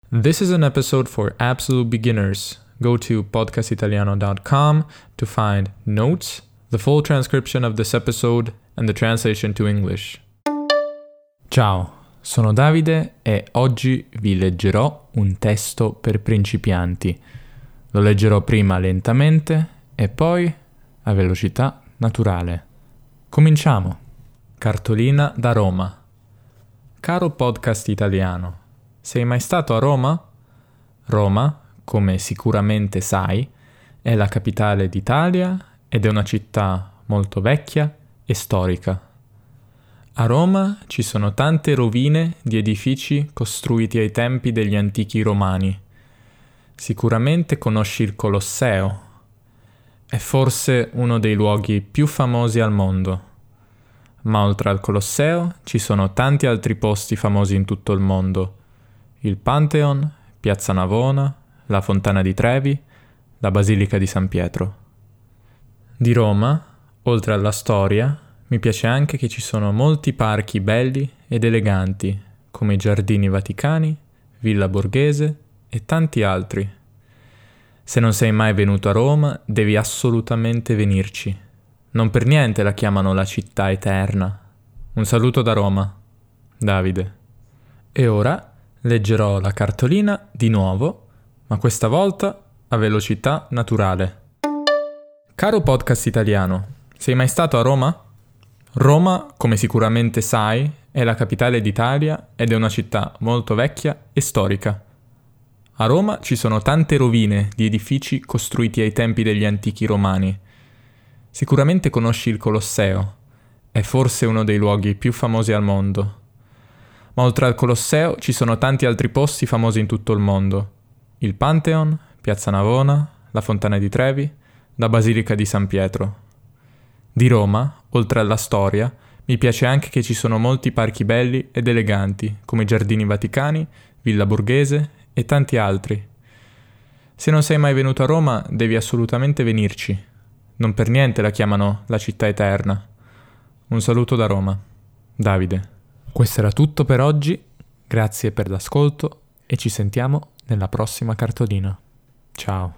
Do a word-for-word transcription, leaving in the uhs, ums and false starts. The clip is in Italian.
This is an episode for absolute beginners. Go to podcast italiano dot com to find notes, the full transcription of this episode, and the translation to English. Ciao, sono Davide e oggi vi leggerò un testo per principianti. Lo leggerò prima lentamente e poi a velocità naturale. Cominciamo. Cartolina da Roma. Caro podcast italiano, sei mai stato a Roma? Roma, come sicuramente sai, è la capitale d'Italia ed è una città molto vecchia e storica. A Roma ci sono tante rovine di edifici costruiti ai tempi degli antichi romani. Sicuramente conosci il Colosseo. È forse uno dei luoghi più famosi al mondo. Ma oltre al Colosseo ci sono tanti altri posti famosi in tutto il mondo. Il Pantheon, Piazza Navona, la Fontana di Trevi, la Basilica di San Pietro. Di Roma, oltre alla storia, mi piace anche che ci sono molti parchi belli ed eleganti, come i Giardini Vaticani, Villa Borghese e tanti altri. Se non sei mai venuto a Roma, devi assolutamente venirci. Non per niente la chiamano la città eterna. Un saluto da Roma. Davide. E ora leggerò la cartolina di nuovo, ma questa volta a velocità naturale. Caro podcast italiano, sei mai stato a Roma? Roma, come sicuramente sai, è la capitale d'Italia ed è una città molto vecchia e storica. A Roma ci sono tante rovine di edifici costruiti ai tempi degli antichi romani. Sicuramente conosci il Colosseo, è forse uno dei luoghi più famosi al mondo. Ma oltre al Colosseo ci sono tanti altri posti famosi in tutto il mondo. Il Pantheon, Piazza Navona, la Fontana di Trevi, la Basilica di San Pietro. Di Roma, oltre alla storia, mi piace anche che ci sono molti parchi belli ed eleganti, come i Giardini Vaticani, Villa Borghese e tanti altri. Se non sei mai venuto a Roma, devi assolutamente venirci. Non per niente la chiamano la città eterna. Un saluto da Roma. Davide. Questo era tutto per oggi. Grazie per l'ascolto e ci sentiamo nella prossima cartolina. Ciao.